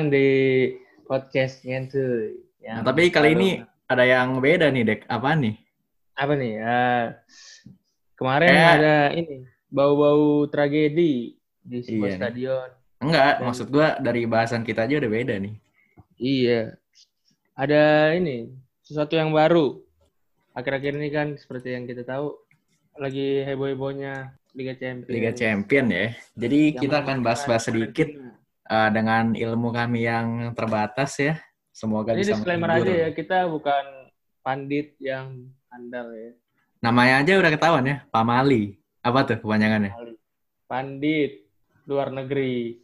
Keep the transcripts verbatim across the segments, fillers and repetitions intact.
datang di podcast Ngentuy. Nah, tapi kali ini ada yang beda nih, Dek. Apa nih? Apa nih? Uh, kemarin Kayak, ada ini, bau-bau tragedi di sebuah iya nih. stadion. Enggak, Dan, maksud gua dari bahasan kita aja udah beda nih. Iya. Ada ini, sesuatu yang baru. Akhir-akhir ini kan seperti yang kita tahu, lagi heboh-hebohnya Liga Champions. Liga Champion ya. Jadi Yang kita akan bahas-bahas sedikit uh, dengan ilmu kami yang terbatas ya. Semoga Ini bisa disclaimer menghibur. aja ya, kita bukan pandit yang handal ya. Namanya aja udah ketahuan ya, Pamali. Apa tuh kepanjangannya? Pandit luar negeri.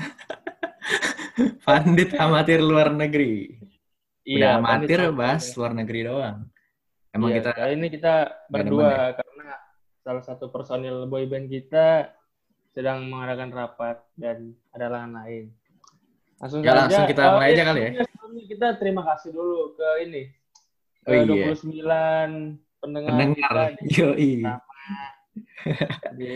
Pandit amatir luar negeri. Udah Iya, amatir pandit bahas ya. luar negeri doang. Emang Iya, kita kali ini kita berdua ya? Karena salah satu personil boyband kita sedang mengadakan rapat dan ada halangan lain. Langsung ya, saja. langsung kita uh, mulai eh, aja kali ya. Sebelumnya kita terima kasih dulu ke ini. Oh iya. dua puluh sembilan pendengar, pendengar. kita di Yoi. di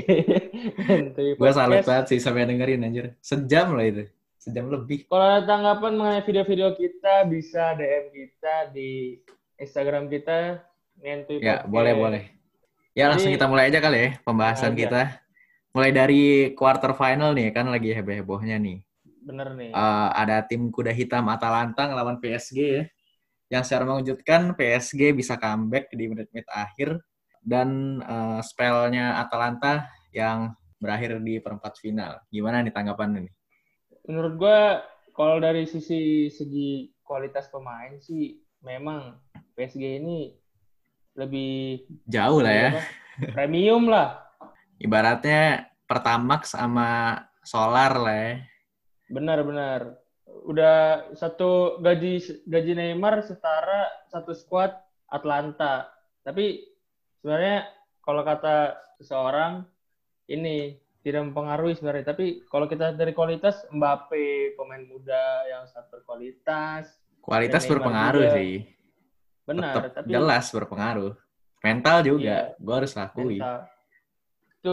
Gue salut banget sih sampai dengerin anjir. Sejam lah itu. Sejam lebih. Kalau ada tanggapan mengenai video-video kita, bisa D M kita di Instagram kita, Ngentuy Ya, Podcast. boleh, boleh. Ya, Jadi, langsung kita mulai aja kali ya pembahasan kita. Mulai dari quarter final nih, kan lagi heboh-hebohnya nih. Bener nih. Uh, ada tim kuda hitam Atalanta ngelawan P S G ya. Yang secara mengejutkan P S G bisa comeback di menit-menit akhir. Dan uh, spellnya Atalanta yang berakhir di perempat final. Gimana nih tanggapan ini? Menurut gue, kalau dari sisi segi kualitas pemain sih, memang P S G ini lebih jauh lah ya. Apa? Premium lah. Ibaratnya Pertamax sama Solar lah ya. Benar-benar. Udah satu gaji gaji Neymar setara satu squad Atlanta. Tapi sebenarnya kalau kata seseorang ini tidak mempengaruhi sebenarnya. Tapi kalau kita dari kualitas, Mbappe pemain muda yang sangat berkualitas. Kualitas berpengaruh juga. Sih. Benar. Tetap tapi jelas berpengaruh. Mental juga, iya, gue harus akui. Mental. Itu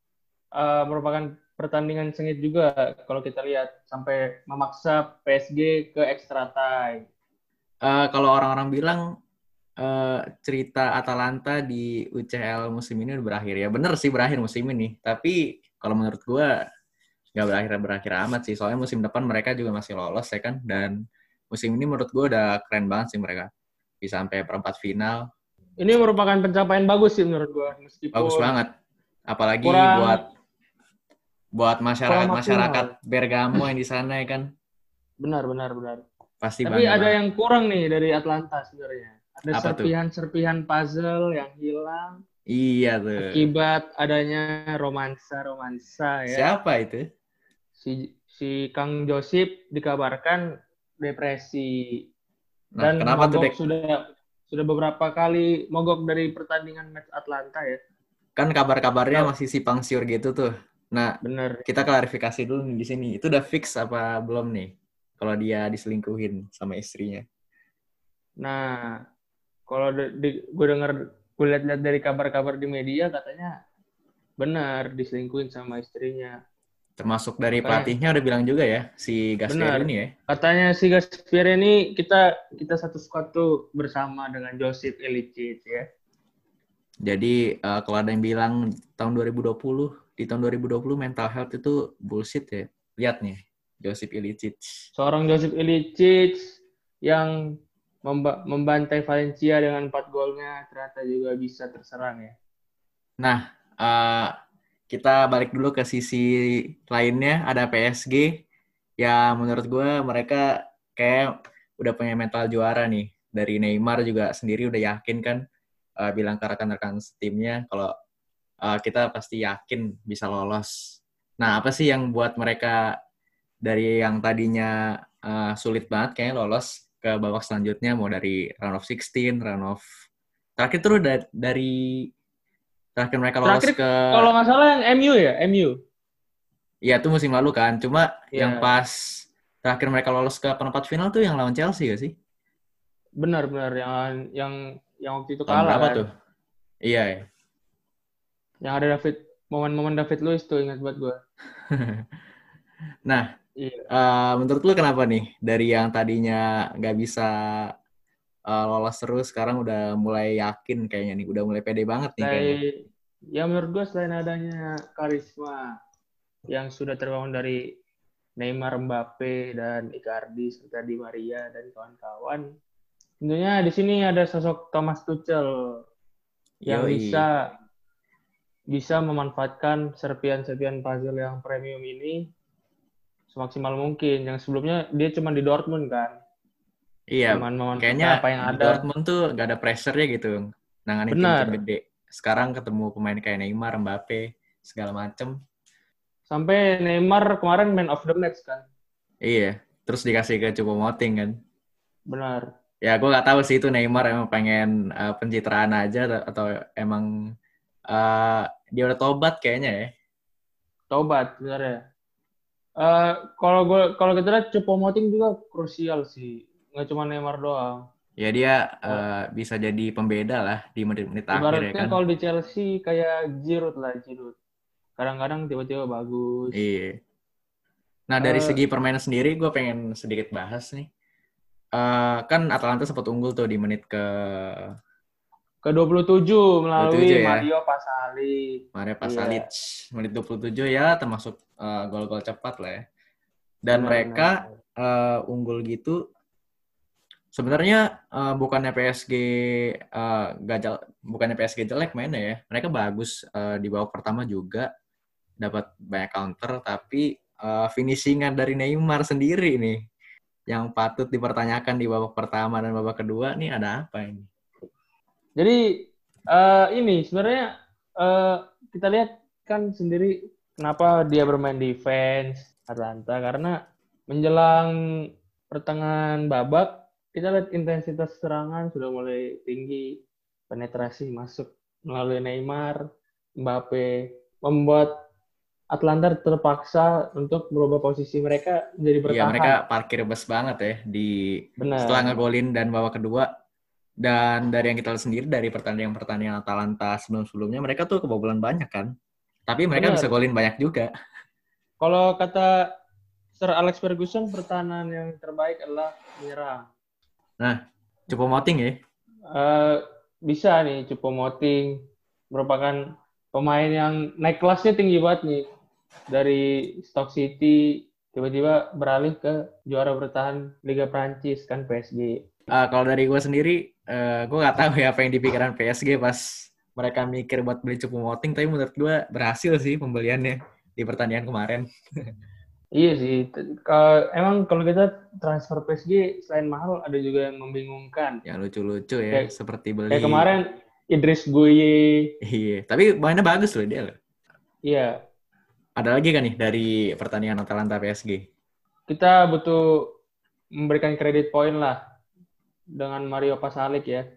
uh, merupakan pertandingan sengit juga kalau kita lihat sampai memaksa P S G ke extra time. Uh, kalau orang-orang bilang uh, cerita Atalanta di U C L musim ini udah berakhir ya, bener sih berakhir musim ini. Tapi kalau menurut gue nggak berakhir-berakhir amat sih. Soalnya musim depan mereka juga masih lolos ya kan. Dan musim ini menurut gue udah keren banget sih mereka bisa sampai perempat final. Ini merupakan pencapaian bagus sih menurut gue. Meskipun bagus banget. Apalagi kurang, buat buat masyarakat masyarakat Bergamo yang di sana ya kan. Benar, benar, benar. Pasti Tapi ada banget. yang kurang nih dari Atlanta sebenarnya. Ada serpihan-serpihan puzzle yang hilang. Iya tuh. Akibat adanya romansa-romansa ya. Siapa itu? Si si Kang Josip dikabarkan depresi. Nah, Dan kenapa tuh, Dek? sudah sudah beberapa kali mogok dari pertandingan match Atlanta ya. Kan kabar-kabarnya nah, masih simpang siur gitu tuh. Nah, bener. Kita klarifikasi dulu nih di sini. Itu udah fix apa belum nih? Kalau dia diselingkuhin sama istrinya. Nah, kalau di, gue denger, gue lihat-lihat dari kabar-kabar di media katanya benar diselingkuhin sama istrinya. Termasuk dari katanya, pelatihnya udah bilang juga ya, si Gasperi ini ya. Katanya si Gasperi ini kita kita satu squad tuh bersama dengan Josip Ilicic ya. Jadi uh, kalau ada yang bilang tahun dua ribu dua puluh, di tahun dua ribu dua puluh mental health itu bullshit ya. Lihat nih, Josip Ilicic. Seorang Josip Ilicic yang memba- membantai Valencia dengan empat golnya ternyata juga bisa terserang ya. Nah, uh, kita balik dulu ke sisi lainnya, ada P S G. Ya menurut gue mereka kayak udah punya mental juara nih. Dari Neymar juga sendiri udah yakin kan. Uh, bilang ke rekan-rekan timnya kalau uh, kita pasti yakin bisa lolos. Nah, apa sih yang buat mereka dari yang tadinya uh, sulit banget kayaknya lolos ke babak selanjutnya, mau dari round of sixteen, round of terakhir tuh dari, dari terakhir mereka lolos terakhir, ke kalau nggak salah yang M U ya, M U. Iya, itu musim lalu kan. Cuma yeah. yang pas terakhir mereka lolos ke perempat final tuh yang lawan Chelsea gak sih? Benar-benar yang yang yang waktu itu tahun kalah berapa kan? Tuh? Iya ya. Yang ada David, momen-momen David Luiz tuh ingat buat gue. Nah, Iya. Uh, menurut lu kenapa nih dari yang tadinya nggak bisa uh, lolos terus sekarang udah mulai yakin kayaknya nih, udah mulai pede banget nih kayaknya. Selain, ya menurut gue selain adanya karisma yang sudah terbangun dari Neymar, Mbappe, dan Icardi serta Di Maria dan kawan-kawan, tentunya di sini ada sosok Thomas Tuchel yang Yoi. bisa bisa memanfaatkan serpian-serpian puzzle yang premium ini semaksimal mungkin. Yang sebelumnya dia cuma di Dortmund kan, Iya, cuma kayaknya memanfaatkan apa yang di ada. Dortment tuh gak ada pressure-nya gitu nanganin tim-tim Benar. gede. Sekarang ketemu pemain kayak Neymar, Mbappe, segala macem. Sampai Neymar kemarin man of the match kan. Iya, terus dikasih ke Choupo-Moting kan. Benar. Ya, gue gak tahu sih itu Neymar emang pengen uh, pencitraan aja atau emang uh, dia udah tobat kayaknya ya. Tobat sebenarnya. Uh, kalau gue kalau kita lihat Choupo-Moting juga krusial sih. Nggak cuma Neymar doang. Ya dia Uh, uh, bisa jadi pembeda lah di menit-menit akhir ya ibaratnya kan. kalau di Chelsea kayak Giroud lah, Giroud. Kadang-kadang tiba-tiba bagus. Iya. Nah dari Uh, segi permainan sendiri gue pengen sedikit bahas nih. Uh, kan Atalanta sempat unggul tuh di menit ke ke dua puluh tujuh dua puluh tujuh melalui ya. Mario Pasalic. Mario Iya, Pasalic menit dua puluh tujuh ya termasuk uh, gol-gol cepat lah ya. Dan benar-benar. mereka uh, unggul gitu. Sebenarnya uh, bukannya P S G uh, gajal, bukannya P S G jelek mainnya ya. Mereka bagus uh, di babak pertama juga dapat banyak counter, tapi uh, finishingan dari Neymar sendiri nih yang patut dipertanyakan di babak pertama dan babak kedua nih ada apa ini? Jadi uh, ini sebenarnya uh, kita lihat kan sendiri kenapa dia bermain defense Atlanta karena menjelang pertengahan babak kita lihat intensitas serangan sudah mulai tinggi, penetrasi masuk melalui Neymar, Mbappe, membuat Atlanta terpaksa untuk merubah posisi mereka menjadi Iya mereka bertahan. parkir bus banget ya di setelah Benar. ngegolin dan babak kedua. Dan dari yang kita lihat sendiri dari pertandingan-pertandingan Atalanta sebelum-sebelumnya mereka tuh kebobolan banyak kan. Tapi mereka bisa Benar. golin banyak juga. Kalau kata Sir Alex Ferguson, pertahanan yang terbaik adalah menyerang. Nah, Choupo-Moting ya. Uh, bisa nih Choupo-Moting merupakan pemain yang naik kelasnya tinggi banget nih. Dari Stoke City tiba-tiba beralih ke juara bertahan Liga Prancis kan P S G. Uh, kalau dari gue sendiri, uh, gue nggak tahu ya apa yang dipikiran P S G pas mereka mikir buat beli Choupo-Moting, tapi menurut gue berhasil sih pembeliannya di pertandingan kemarin. Iya sih. Kalau emang kalau kita transfer P S G selain mahal ada juga yang membingungkan. Yang lucu-lucu ya, Kayak, seperti beli. kayak kemarin Idris Gueye. Iya, tapi mainnya bagus loh dia. Iya. Ada lagi kan nih dari pertandingan Atalanta P S G? Kita butuh memberikan kredit poin lah dengan Mario Pasalic ya.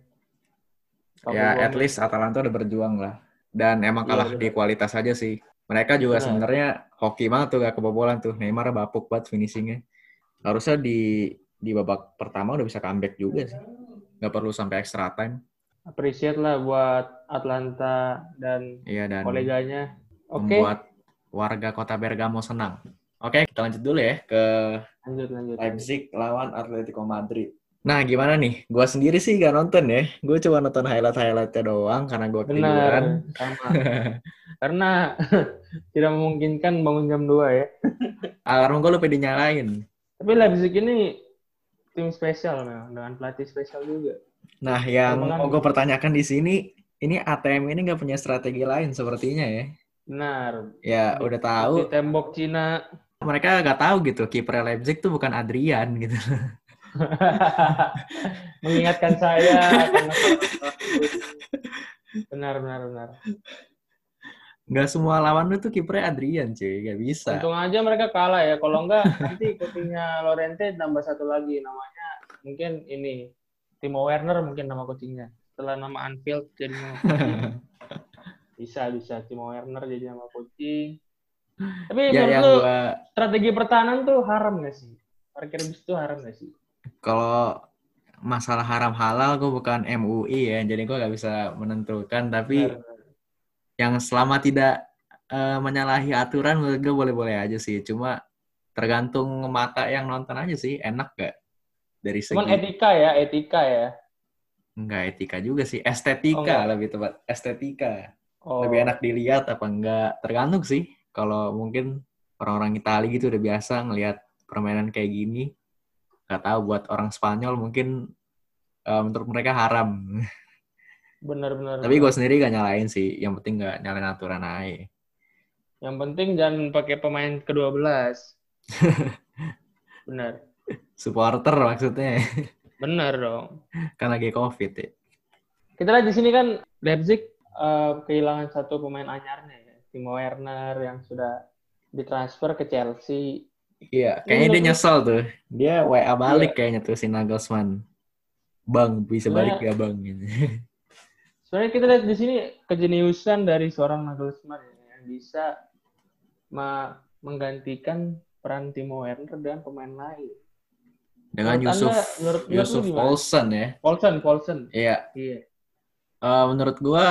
Papu Ya, at Gomez. least Atalanta udah berjuang lah. Dan emang Iya, kalah di benar. kualitas aja sih. Mereka juga Benar. sebenarnya hoki banget tuh gak kebobolan tuh. Neymar bapuk banget finishingnya. Harusnya di di babak pertama udah bisa comeback juga sih. Gak perlu sampai extra time. Appreciate lah buat Atlanta dan Iya, dan koleganya. Oke, membuat warga kota Bergamo senang. Oke, kita lanjut dulu ya ke lanjut lanjut. Leipzig lawan Atletico Madrid. Nah, gimana nih? Gue sendiri sih gak nonton ya. Gue cuma nonton highlight-highlightnya doang karena gue Benar, ketiduran. sama. Karena tidak memungkinkan bangun jam dua ya. Alarm gue lupa dinyalain. Tapi Leipzig ini tim spesial memang, dengan pelatih spesial juga. Nah, yang Merupakan, mau gue pertanyakan di sini, ini A T M ini nggak punya strategi lain sepertinya ya. benar. Ya, Di, udah tahu. di tembok Cina. Mereka nggak tahu gitu, kiper Leipzig tuh bukan Adrian gitu. Mengingatkan saya akan benar benar benar. Nggak semua lawan lu tuh kipernya Adrian cuy, nggak bisa. Untung aja mereka kalah ya. Kalau enggak nanti coachingnya Lorente tambah satu lagi namanya mungkin ini Timo Werner mungkin nama coachingnya. Setelah nama Anfield jadi nama coaching. Bisa bisa Timo Werner jadi nama coaching. Tapi Ya, menurut yang lu gua strategi pertahanan tuh haram nggak sih? Parkir bis tuh haram nggak sih? kalau masalah haram halal gue bukan M U I ya, jadi gue nggak bisa menentukan. Tapi Benar. yang selama tidak uh, menyalahi aturan menurut gue boleh-boleh aja sih. Cuma tergantung mata yang nonton aja sih, enak gak? Dari Cuman segi, etika ya, etika ya. enggak etika juga sih, Oh estetika enggak. lebih tepat, estetika. Lebih enak Oh, dilihat apa enggak, tergantung sih. Kalau mungkin orang-orang Itali gitu udah biasa ngelihat permainan kayak gini, nggak tahu buat orang Spanyol mungkin eh, menurut mereka haram. benar benar Tapi gue benar. sendiri gak nyalain sih, yang penting gak nyalain aturan aja. Yang penting jangan pakai pemain kedua belas. Benar. Supporter maksudnya, Benar dong. kan lagi COVID ya. Kita lihat di sini kan Leipzig eh, kehilangan satu pemain anyarnya ya, Timo Werner yang sudah ditransfer ke Chelsea. Iya, Ini kayaknya dia menurut lu, nyesel tuh. Dia W A balik iya, kayaknya tuh si Nagelsmann. Bang, bisa balik sebenarnya gak bang? Gitu. sebenarnya kita lihat di sini kejeniusan dari seorang Nagelsmann ya, yang bisa ma- menggantikan peran Timo Werner dengan pemain lain. Dengan Menurut Yusuf Anda, menurut menurut lu Yusuf gimana? Poulsen ya. Paulsen, Paulsen. Iya, Iya. Eh, menurut gua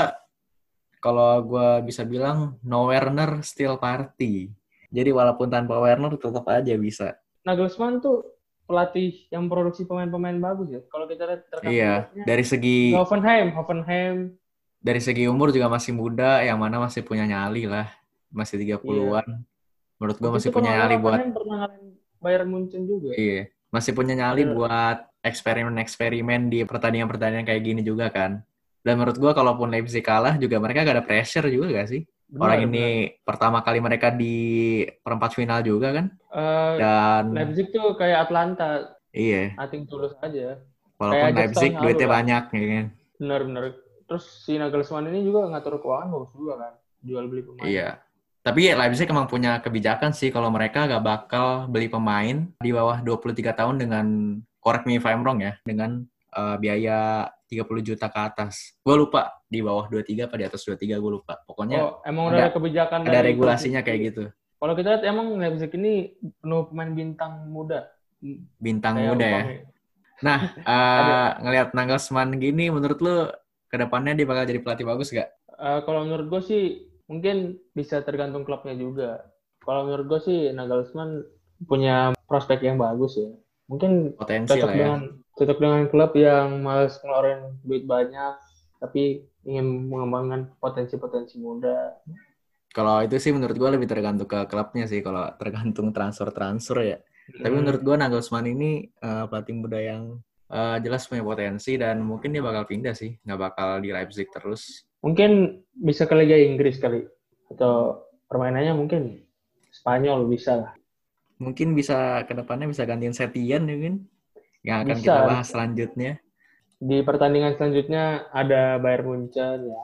kalau gua bisa bilang no Werner still party. Jadi walaupun tanpa Werner tetap aja bisa. Nagelsmann tuh pelatih yang produksi pemain-pemain bagus ya. Kalau kita lihat rekam Iya, jejaknya dari segi di Hoffenheim, Hoffenheim, dari segi umur juga masih muda, yang mana masih punya nyali lah. Masih tiga iya. puluhan. Menurut gua Waktu itu masih kalau punya nggak salah nyali buat Hoffenheim pernah ngalahin Bayern Munchen juga. iya, masih punya nyali Ada, buat eksperimen-eksperimen di pertandingan-pertandingan kayak gini juga kan. Dan menurut gua kalaupun Leipzig kalah juga mereka gak ada pressure juga gak sih? Orang benar, benar. ini pertama kali mereka di perempat final juga kan. Eh, Dan Leipzig tuh kayak Atlanta, iya, nothing tulus aja. Kayak walaupun Ajax tahun Leipzig lalu duitnya lah. banyak ya kan. Benar-benar. Terus si Nagelsmann ini juga ngatur keuangan bagus juga kan. Jual beli pemain. Iya. Tapi Leipzig emang punya kebijakan sih kalau mereka gak bakal beli pemain di bawah dua puluh tiga tahun dengan, correct me if I'm wrong ya, dengan uh, biaya tiga puluh juta ke atas. Gue lupa di bawah dua puluh tiga apa di atas dua puluh tiga, gue lupa. Pokoknya Oh, emang udah ada ada kebijakan ada dari klub regulasinya sendiri. kayak gitu. Kalau kita lihat emang Leipzig ini penuh pemain bintang muda. Bintang Kayak muda ya. Upamecano. Nah, Ada. uh, ngelihat Nagelsmann gini, menurut lu ke depannya dia bakal jadi pelatih bagus gak? Eh, kalau menurut gue sih mungkin bisa tergantung klubnya juga. Kalau menurut gue sih Nagelsmann punya prospek yang bagus ya. Mungkin Potensi cocok lah ya. dengan cocok dengan klub yang males ngeluarin duit banyak tapi ingin mengembangkan potensi-potensi muda. Kalau itu sih menurut gue lebih tergantung ke klubnya sih, kalau tergantung transfer-transfer ya. Tapi menurut Hmm, gue Nagelsmann ini uh, pelatih muda yang uh, jelas punya potensi dan mungkin dia bakal pindah sih, nggak bakal di Leipzig terus. mungkin bisa ke Liga Inggris kali atau permainannya mungkin Spanyol bisa lah. Mungkin bisa ke depannya bisa gantiin Setien ya kan, yang akan Bisa, kita bahas bisa. selanjutnya. Di pertandingan selanjutnya ada Bayern Munchen ya.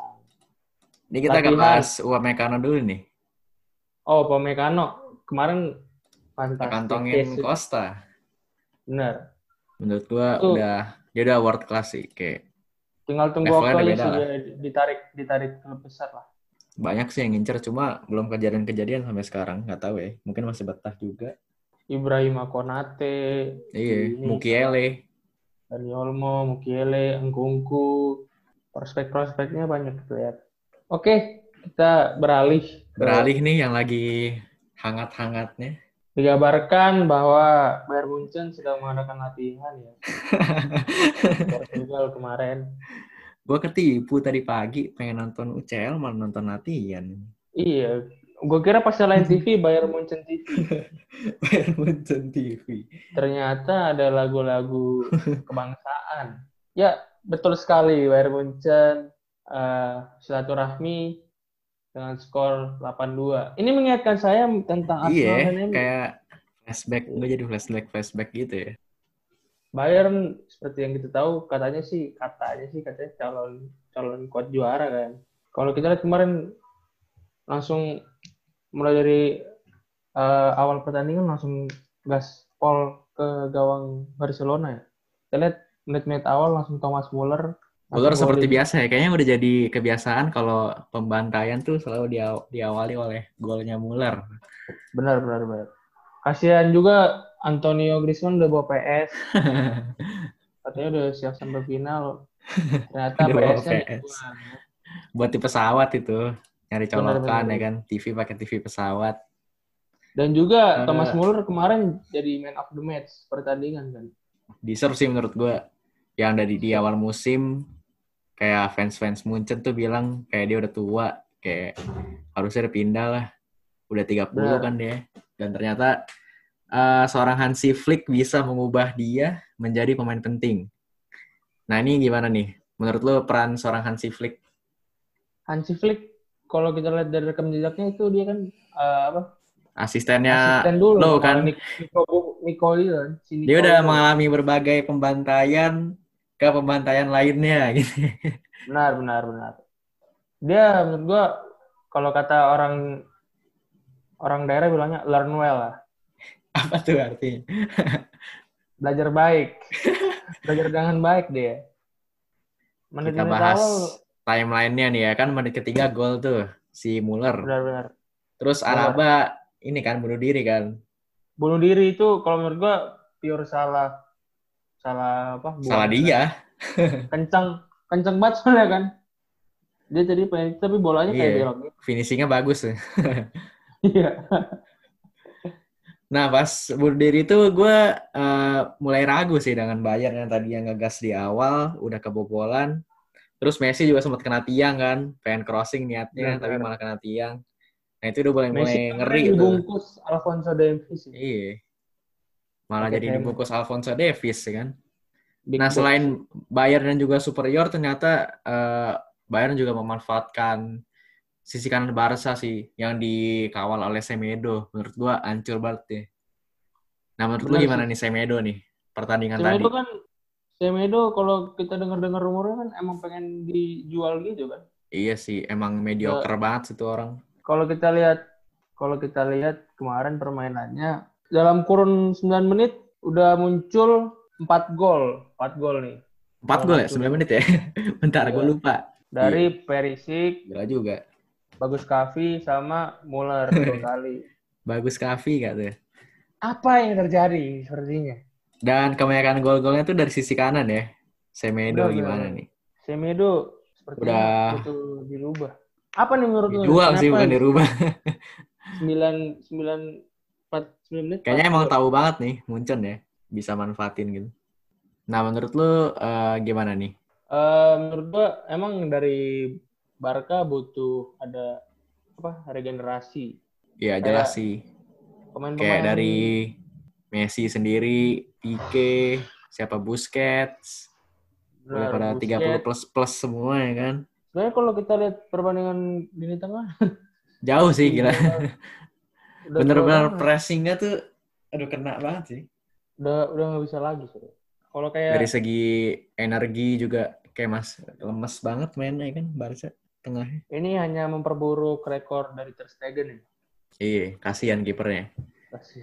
Ini kita akan Latihan. bahas Upamecano dulu nih, Oh, Upamecano kemarin kita fantastic kantongin case. Costa. Benar. Menurut gue Itu udah, dia udah world class sih, kayak tinggal tunggu waktu levelnya udah aja beda sih lah. dia ditarik ditarik klub besar lah. Banyak sih yang ngincer, cuma belum kejadian-kejadian sampai sekarang. Nggak tahu ya, mungkin masih betah juga. Ibrahima Konate, si Iya, ini siapa? Mukiele. Dani Olmo, Mukiele, Engkungku. Prospek-prospeknya banyak gitu ya. Oke, kita beralih ke Beralih nih yang lagi hangat-hangatnya. dikabarkan bahwa Bayern Munchen sedang mengadakan latihan ya. Portugal kemarin. Gue ketipu tadi pagi, pengen nonton U C L malah nonton latihan. Iya, gue kira pas nyalain T V Bayern Munchen T V. Bayern Munchen T V. Ternyata ada lagu-lagu kebangsaan. Ya, betul sekali Bayern Munchen uh, silaturahmi dengan skor delapan dua. Ini mengingatkan saya tentang Arsenal Iya, dan M U. kayak flashback. Gue jadi flashback-flashback gitu ya. Bayern seperti yang kita tahu katanya sih katanya sih katanya calon calon kuat juara kan. Kalau kita lihat kemarin langsung mulai dari uh, awal pertandingan langsung gaspol ke gawang Barcelona ya. Kita lihat menit-menit awal langsung Thomas Muller Muller langsung seperti golin. biasa ya, kayaknya udah jadi kebiasaan kalau pembantaian tuh selalu dia- diawali oleh golnya Muller. Benar benar benar. Kasihan juga Antonio Griezmann udah bawa P S. Katanya udah siap sampai final. Ternyata Udah bawa P S-nya P S. dibuang. Buat di pesawat itu, nyari Benar benar colokan ya benar. kan, T V pakai T V pesawat. Dan juga Uh, Thomas Muller kemarin jadi man of the match pertandingan kan. Deserve sih menurut gue. Yang dari di awal musim kayak fans-fans Munchen tuh bilang kayak dia udah tua, kayak harusnya udah pindah lah. Udah tiga puluh Benar. kan dia. Dan ternyata uh, seorang Hansi Flick bisa mengubah dia menjadi pemain penting. Nah ini gimana nih? Menurut lo peran seorang Hansi Flick? Hansi Flick kalau kita lihat dari rekam jejaknya itu dia kan uh, apa? Asistennya Asisten dulu lo sama kan? Nico Nico itu kan, si Dia Nico udah itu. mengalami berbagai pembantaian ke pembantaian lainnya gitu. Benar, benar, benar. Dia menurut gua kalau kata orang orang daerah bilangnya learn well lah. Apa tuh artinya? Belajar baik. Belajar dengan baik dia. Kita Menit-menit bahas awal timeline-nya nih ya. Kan menit ketiga gol tuh si Muller. benar-benar Terus Muller. Alaba ini kan bunuh diri kan. Bunuh diri itu kalau menurut gua pure salah salah apa? Salah Buangnya kan. dia. Kencang kencang banget soalnya kan. Dia tadi pengen tapi bolanya kayak Iya. belok gitu. Finishingnya bagus. Iya. Nah pas bunuh diri itu gue uh, mulai ragu sih dengan Bayern yang tadi yang ngegas di awal. Udah kebobolan. Terus Messi juga sempat kena tiang kan. Pengen crossing niatnya tapi Benar-benar. malah kena tiang. Nah itu udah mulai mulai Messi ngeri kemarin tuh. dibungkus Alphonso Davies sih. Iya. Malah Pakai jadi helmet. dibungkus Alphonso Davies kan. Big Nah box. selain Bayern dan juga superior ternyata uh, Bayern juga memanfaatkan sisi kanan Barca sih yang dikawal oleh Semedo. Menurut gua hancur banget ya. Nah menurut lu Benar gimana sih. nih Semedo nih pertandingan tadi? Semedo kan Semedo kalau kita dengar-dengar rumornya kan emang pengen dijual gitu kan. Iya sih emang mediocre Ya, banget situ orang. kalau kita lihat kalau kita lihat kemarin permainannya dalam kurun sembilan menit udah muncul empat gol, empat gol nih. empat Gol gol ya sembilan muncul. menit ya. Bentar gue Iya. lupa. Dari Iya, Perisic, gila juga. Bagus Kavi sama Muller dua kali. Bagus Kavi gak tuh. Apa yang terjadi sepertinya? Dan kebanyakan gol-golnya tuh dari sisi kanan ya. Semedo Benar, benar, gimana benar. nih? Semedo sepertinya Udah butuh dirubah. Apa nih menurut lu nih? dijual sih Kenapa bukan dirubah. sembilan sembilan empat sembilan menit empat Kayaknya emang gol? tahu banget nih Munchen ya. Bisa manfaatin gitu. Nah menurut lu uh, gimana nih? Uh, menurut gua emang dari Barca butuh ada apa regenerasi. Ya jelas Kayak sih. Kayak pemain-pemain dari Messi sendiri, Pique, siapa Busquets, udah benar pada tiga puluh Busquets. plus plus semua ya kan. Sebenarnya kalau kita lihat perbandingan lini tengah Jauh sih masih gila. tua, udah tua Bener-bener banget. pressingnya tuh aduh kena banget sih. Udah udah nggak bisa lagi sih. Kalau Dari kayak segi energi juga kayak mas lemes banget mainnya kan Barca tengahnya. ini hanya memperburuk rekor dari Ter Stegen ya. Iya, kasihan kipernya. Pasti.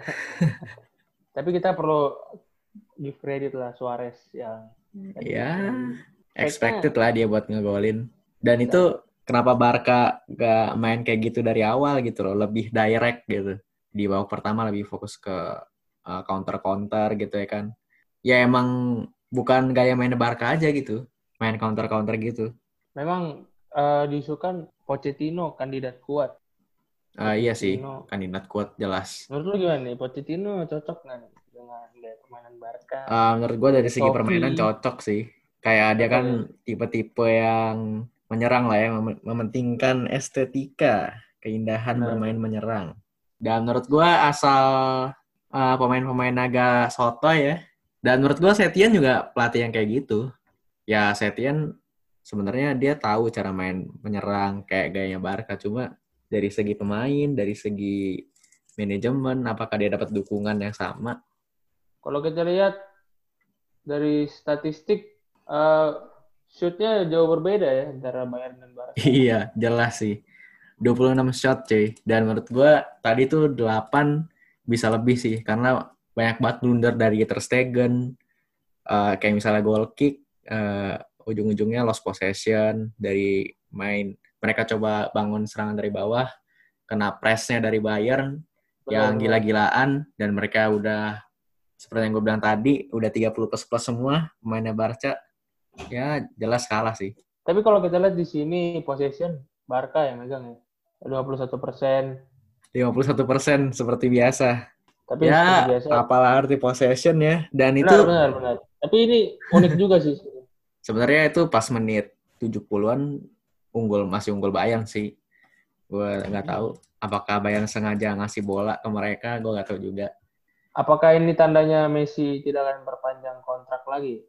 Tapi kita perlu give credit lah Suarez yang tadi Ya, yang expected fake-nya lah dia buat ngegolin. Dan itu kenapa Barca gak main kayak gitu dari awal gitu loh, lebih direct gitu. Di babak pertama lebih fokus ke uh, counter-counter gitu ya kan. Ya emang bukan gaya main Barca aja gitu, main counter-counter gitu. memang uh, diisukan Pochettino kandidat kuat. Uh, iya sih, Pochettino. kandidat kuat jelas. Menurut lu gimana nih? Pochettino cocok nggak nih dengan gaya permainan Barca? Uh, menurut gue dari segi Sofi. permainan cocok sih. Kayak dia Cocok kan ya? tipe-tipe yang menyerang lah ya, mem- mementingkan estetika, keindahan Benar, bermain benar. menyerang. Dan menurut gue asal uh, pemain-pemain agak soto ya. Dan menurut gue Setien juga pelatih yang kayak gitu. Ya Setien sebenarnya dia tahu cara main menyerang kayak gayanya Barca. Cuma dari segi pemain, dari segi manajemen, apakah dia dapat dukungan yang sama? Kalau kita lihat dari statistik, uh, shootnya jauh berbeda ya antara Bayern dan Barca. Iya, jelas sih. dua puluh enam shot, cuy. Dan menurut gue tadi tuh delapan bisa lebih sih. Karena banyak banget blunder dari Ter Stegen. Uh, kayak misalnya goal kick, uh, ujung-ujungnya lost possession dari main. Mereka coba bangun serangan dari bawah, kena pressnya dari Bayern yang Benar-benar. gila-gilaan. Dan mereka udah, seperti yang gue bilang tadi, udah tiga puluh plus-plus semua pemainnya Barca. Ya, jelas kalah sih. Tapi kalau kita lihat di sini possession Barca yang megang ya. dua puluh satu persen. lima puluh satu persen seperti biasa. Tapi seperti Ya, biasa. apalah arti possession ya. Dan Benar, itu benar, benar. Tapi ini unik juga sih. sebenarnya itu pas menit tujuh puluhan unggul masih unggul Bayern sih. Gue nggak tahu apakah Bayern sengaja ngasih bola ke mereka, gue nggak tahu juga. Apakah ini tandanya Messi tidak akan perpanjang kontrak lagi?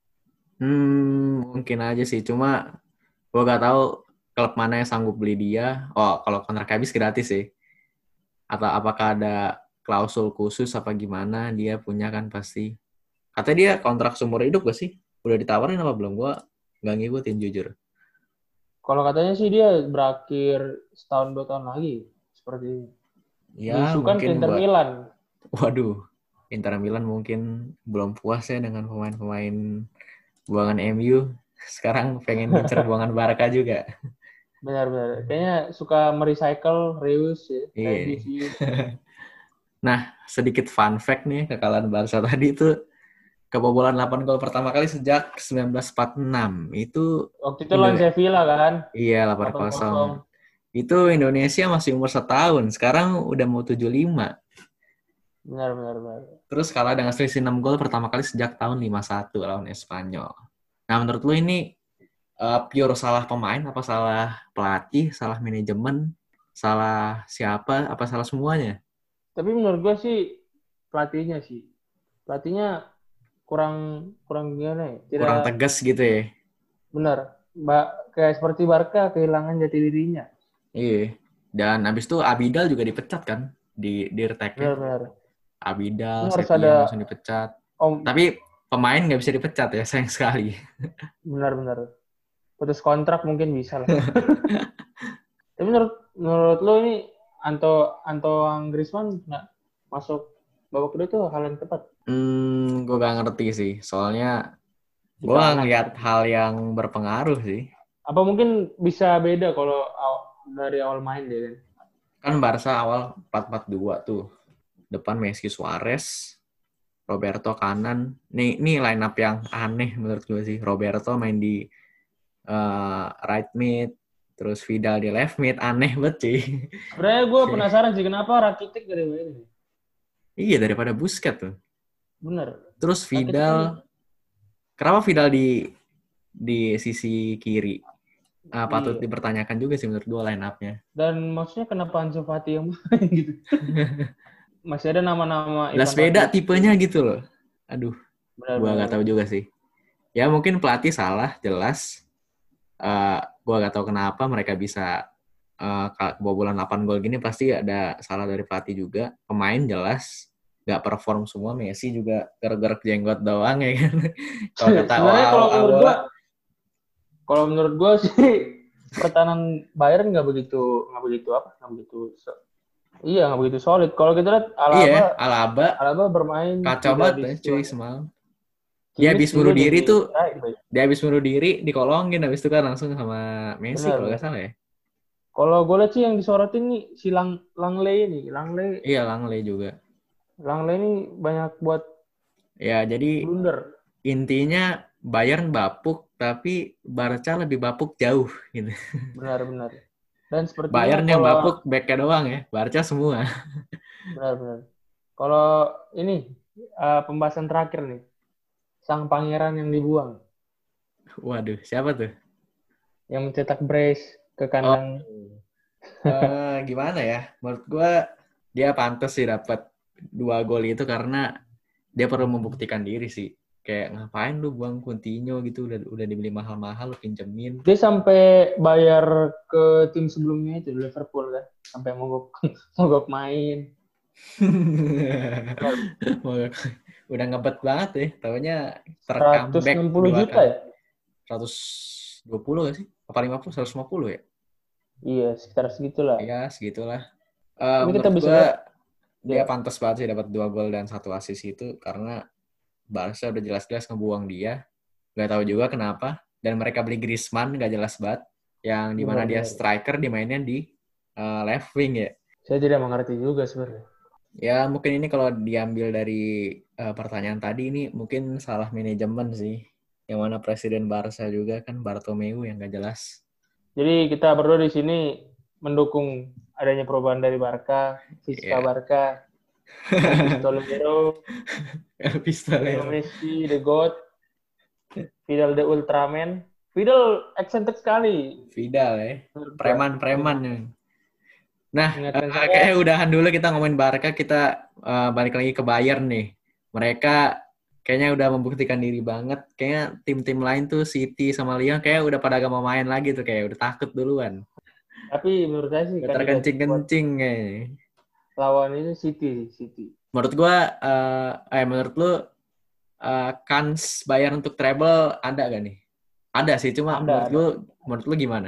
Hmm, mungkin aja sih. Cuma gue nggak tahu klub mana yang sanggup beli dia. Oh, kalau kontrak habis gratis sih. Atau apakah ada klausul khusus apa gimana dia punya kan pasti. Katanya dia kontrak seumur hidup gak sih? Udah ditawarin apa belum? Gue nggak ngikutin jujur. Kalau katanya sih dia berakhir setahun dua tahun lagi. Seperti ini. Ya, Diisukan ke mungkin Inter buat Milan. waduh, Inter Milan mungkin belum puas ya dengan pemain-pemain buangan M U. Sekarang pengen ngincer buangan Barca juga. Benar-benar. Kayaknya suka merecycle, reuse ya. Kayak Iya. Vicius. Nah, sedikit fun fact nih, kekalahan Barca tadi itu kebobolan delapan gol pertama kali sejak seribu sembilan ratus empat puluh enam. Itu Waktu itu lawan Indo Sevilla kan. iya delapan delapan kosong. kosong. Itu Indonesia masih umur setahun. Sekarang udah mau tujuh puluh lima. Benar, benar, benar. Terus kalah dengan selisih enam gol pertama kali sejak tahun lima satu lawan Espanyol. Nah, menurut lu ini uh, pure salah pemain, apa salah pelatih, salah manajemen, salah siapa, apa salah semuanya? Tapi menurut gue sih pelatihnya sih. Pelatihnya kurang kurang gimana ya? Kurang Tidak tegas gitu ya? benar. Mbak kayak seperti Barca kehilangan jati dirinya. Iya. Dan abis itu Abidal juga dipecat kan di di reteknya. Benar-benar. Ini Abidal, harus Setien ada langsung dipecat. om Tapi pemain nggak bisa dipecat ya, sayang sekali. benar-benar. Putus kontrak mungkin bisa lah. Tapi menurut menurut lo ini Anto Anto Griezmann nggak masuk babak kedua itu hal yang tepat. Hmm, gue gak ngerti sih. Soalnya gue Kita ngeliat hal yang berpengaruh sih. apa mungkin bisa beda kalau aw- dari awal main dia kan? Kan Barca awal empat empat dua tuh. Depan Messi, Suarez, Roberto kanan. Nih, nih line up yang aneh menurut gue sih. Roberto main di uh, right mid, terus Vidal di left mid. Aneh banget sih. Sebenarnya gue penasaran sih kenapa Rakitic gak dimainin. Iya, daripada Busquets tuh. Bener. Terus Rakitic ini Vidal, kenapa Vidal di di sisi kiri? Uh, patut iya. dipertanyakan juga sih menurut gue line up-nya. Dan maksudnya kenapa Ansu Fati yang main gitu? Masih ada nama-nama Jelas Ivan beda Rakitic. tipenya gitu loh. Aduh, Benar, gue benar, gak tahu benar. juga sih. Ya mungkin pelatih salah, jelas. Uh, gue gak tahu kenapa mereka bisa uh, kebobolan delapan gol gini, pasti ada salah dari pelatih juga. Pemain jelas gak perform semua. Messi juga gerak-gerak jenggot doang ya kan. Kalau kata Sebenarnya kalau menurut awal gua, kalau menurut gua sih pertahanan Bayern nggak begitu nggak begitu apa nggak begitu so- iya nggak begitu solid. Kalau kita lihat iya, Alaba Alaba Alaba bermain kacau tidak banget di ya cuy situasi. semalam. Dia Kimmich habis juga bunuh diri jadi tuh, baik, baik. dia habis bunuh diri, dikolongin, habis itu kan langsung sama Messi Benar, kalau benar. gak salah ya. Kalau gue lihat sih yang disorotin nih si Lang Langley ini, Langley Iya, Langley juga. Langley ini banyak buat Ya, jadi blunder. intinya Bayern bapuk, tapi Barca lebih bapuk jauh gitu. Benar-benar. Dan sepertinya Bayern yang kalau bapuk back-nya doang ya, Barca semua. benar-benar. Kalau ini uh, pembahasan terakhir nih, sang pangeran yang dibuang, Waduh, siapa tuh? yang mencetak brace ke Oh, kandang. uh, gimana ya? Menurut gue dia pantas sih dapat dua gol itu karena dia perlu membuktikan diri sih. Kayak ngapain lu buang Coutinho gitu, udah udah dibeli mahal-mahal lu pinjemin. Dia sampai bayar ke tim sebelumnya itu Liverpool kan, sampai mogok mogok main. Udah ngebet banget ya, taunya seratus ter-comeback enam puluh dua juta kali. ya? seratus dua puluh gak sih? Apa lima puluh? seratus lima puluh ya? Iya, sekitar segitulah. Iya, segitulah. Uh, Tapi kita menurut bisa gue lihat dia ya. pantas banget sih dapat dua gol dan satu assist itu karena Barca udah jelas-jelas ngebuang dia. Gak tahu juga kenapa. Dan mereka beli Griezmann gak jelas banget. Yang dimana dia Benar-benar. striker dimainnya di uh, left wing ya. Saya tidak mengerti juga sebenarnya. Ya mungkin ini kalau diambil dari uh, pertanyaan tadi ini mungkin salah manajemen sih. Yang mana presiden Barca juga kan Bartomeu yang gak jelas. Jadi kita berdua di sini mendukung adanya perubahan dari Barca, Vizca Iya. Barca, El Pistolero, El Lionel Pistolero. Messi, The GOAT, Fidel the Ultraman. Fidel eksentrik sekali. Vidal ya. Menurut gua. Preman-preman. Preman. ya. Nah, Ingatkan uh, saya, kayaknya udahan dulu kita ngomongin Barca, kita uh, balik lagi ke Bayern nih. Mereka kayaknya udah membuktikan diri banget. Kayaknya tim-tim lain tuh City sama Lyon kayak udah pada gak mau main lagi tuh, kayak udah takut duluan. tapi menurut saya sih Udah kandidat buat terkencing-kencing kayaknya. lawan ini City, City. Menurut gua, uh, eh menurut lu uh, kans Bayern untuk treble ada gak nih? Ada sih, cuma Ada, menurut ada. lu, menurut lu gimana?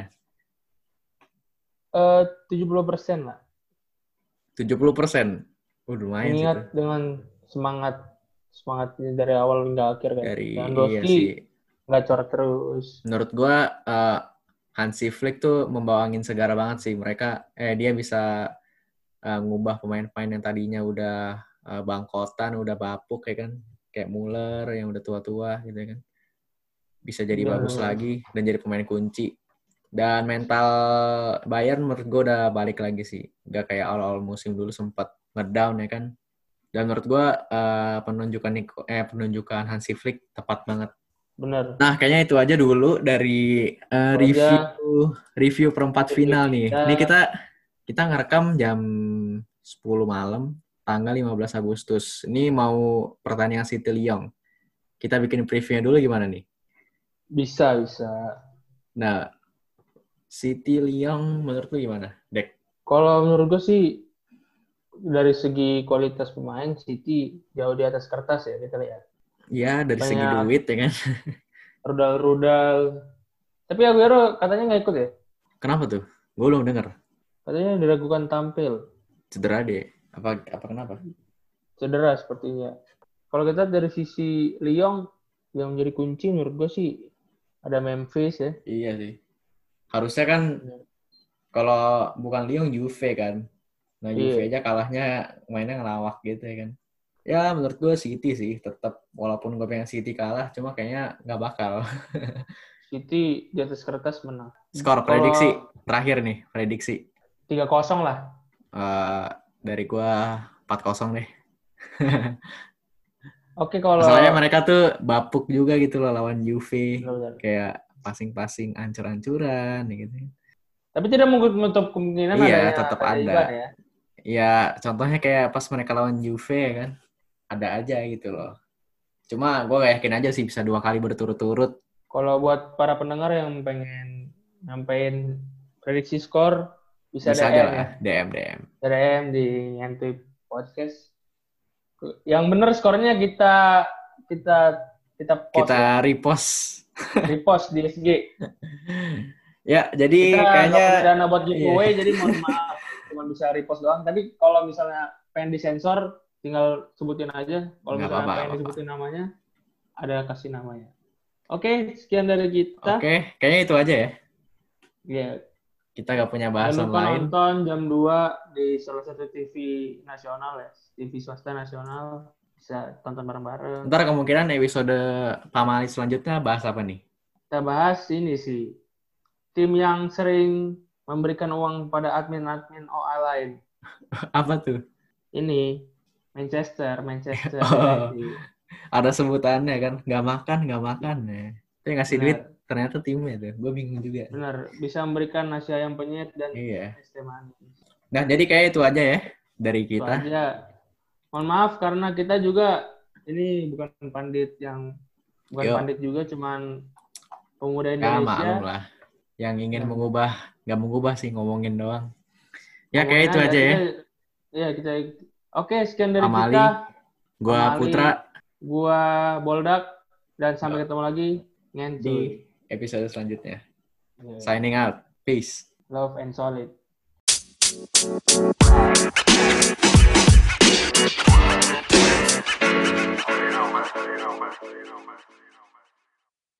Eh, tujuh puluh persen lah. tujuh puluh persen. Uh, lumayan sih Mengingat tuh. dengan semangat semangatnya dari awal hingga akhir kan. Dari Dan iya Dosti sih. nggak coret terus. Menurut gua uh, Hansi Flick tuh membawa angin segar banget sih. Mereka eh dia bisa uh, ngubah pemain-pemain yang tadinya udah uh, bangkotan, udah bapuk ya kan. Kayak Muller yang udah tua-tua gitu ya kan. Bisa jadi Bener, bagus bener. lagi dan jadi pemain kunci. Dan mental Bayern menurut gue udah balik lagi sih. Gak kayak awal-awal musim dulu sempat ngedown ya kan. Dan menurut gue uh, penunjukan Nico, eh penunjukan Hansi Flick tepat banget. Bener. Nah, kayaknya itu aja dulu dari uh, Itu review aja. review perempat Review final nih. kita. Ini kita kita ngerekam jam sepuluh malam tanggal lima belas Agustus. Ini mau pertandingan City Lyon. Kita bikin previewnya dulu gimana nih? Bisa, bisa. Nah, City Lyon menurut lu gimana, Dek? Kalau menurut gue sih dari segi kualitas pemain City jauh di atas kertas ya kita lihat. Ya, dari Banyak segi duit ya kan. rudal-rudal. Tapi Aguero katanya nggak ikut ya? Kenapa tuh? Gue belum denger. Katanya diragukan tampil. Cedera deh. Apa apa kenapa? Cedera sepertinya. Kalau kita dari sisi Lyon yang menjadi kunci menurut gue sih ada Memphis ya. Iya sih. Harusnya kan kalau bukan Lyon Juve kan. Nah, Juve Iya. aja kalahnya mainnya ngelawak gitu ya kan. Ya, menurut gue City sih tetap, walaupun gue pengen City kalah, cuma kayaknya nggak bakal. City di atas kertas menang. Skor prediksi terakhir nih, prediksi. tiga kosong lah. Uh, dari gue empat kosong deh. Oke, kalau Masalahnya mereka tuh bapuk juga gitu loh lawan Juve. Benar-benar. Kayak passing-passing ancur-ancuran gitu. Tapi tidak menutup kemungkinan Iya, adanya tetap ada. keajaiban ya. Ya, contohnya kayak pas mereka lawan Juve ya kan. Ada aja gitu loh. Cuma gue gak yakin aja sih bisa dua kali berturut-turut. Kalau buat para pendengar yang pengen nyampein prediksi skor, bisa, Bisa D M aja ya. lah, D M, D M. D M di N T Podcast. Yang bener skornya kita kita kita post Kita ya. repost. Repost di S G. Ya, jadi Kita kayaknya nggak punya dana buat giveaway, iya. jadi mohon maaf cuma bisa repost doang. Tapi kalau misalnya pengen disensor, tinggal sebutin aja. Kalau Nggak misalnya apa-apa, pengen apa-apa. disebutin namanya, ada kasih namanya. Oke, sekian dari kita. Oke, kayaknya itu aja ya. Ya. Kita nggak punya Jangan bahasan lupa lain. nonton jam dua di salah satu T V nasional ya, T V swasta nasional. Bisa tonton bareng-bareng. Ntar kemungkinan episode Pamali selanjutnya bahas apa nih? Kita bahas ini sih. Tim yang sering memberikan uang pada admin-admin O A lain. Apa tuh? Ini Manchester, Manchester Oh, United. ada sebutannya kan, nggak makan, nggak makan ya. Tapi ngasih Benar. duit ternyata timnya tuh. Gue bingung juga. Benar, bisa memberikan nasi ayam penyet dan Iya. es teh manis. Nah, jadi kayak itu aja ya dari Itu kita. aja. Mohon maaf karena kita juga ini bukan pandit yang bukan Yo. pandit juga, cuman pemuda Ya, Indonesia. maklum lah. Yang ingin Ya. mengubah, nggak mengubah sih, ngomongin doang. Ya, Ngomongin kayak itu aja ya. kita- Ya, kita Oke, sekian dari Amali. kita. Gua Amali, Putra Gua Boldak, dan sampai ketemu lagi ngencuy. di episode selanjutnya. Yeah. Signing out. Peace. Love and solid. You know, man. You know, man. You know, man.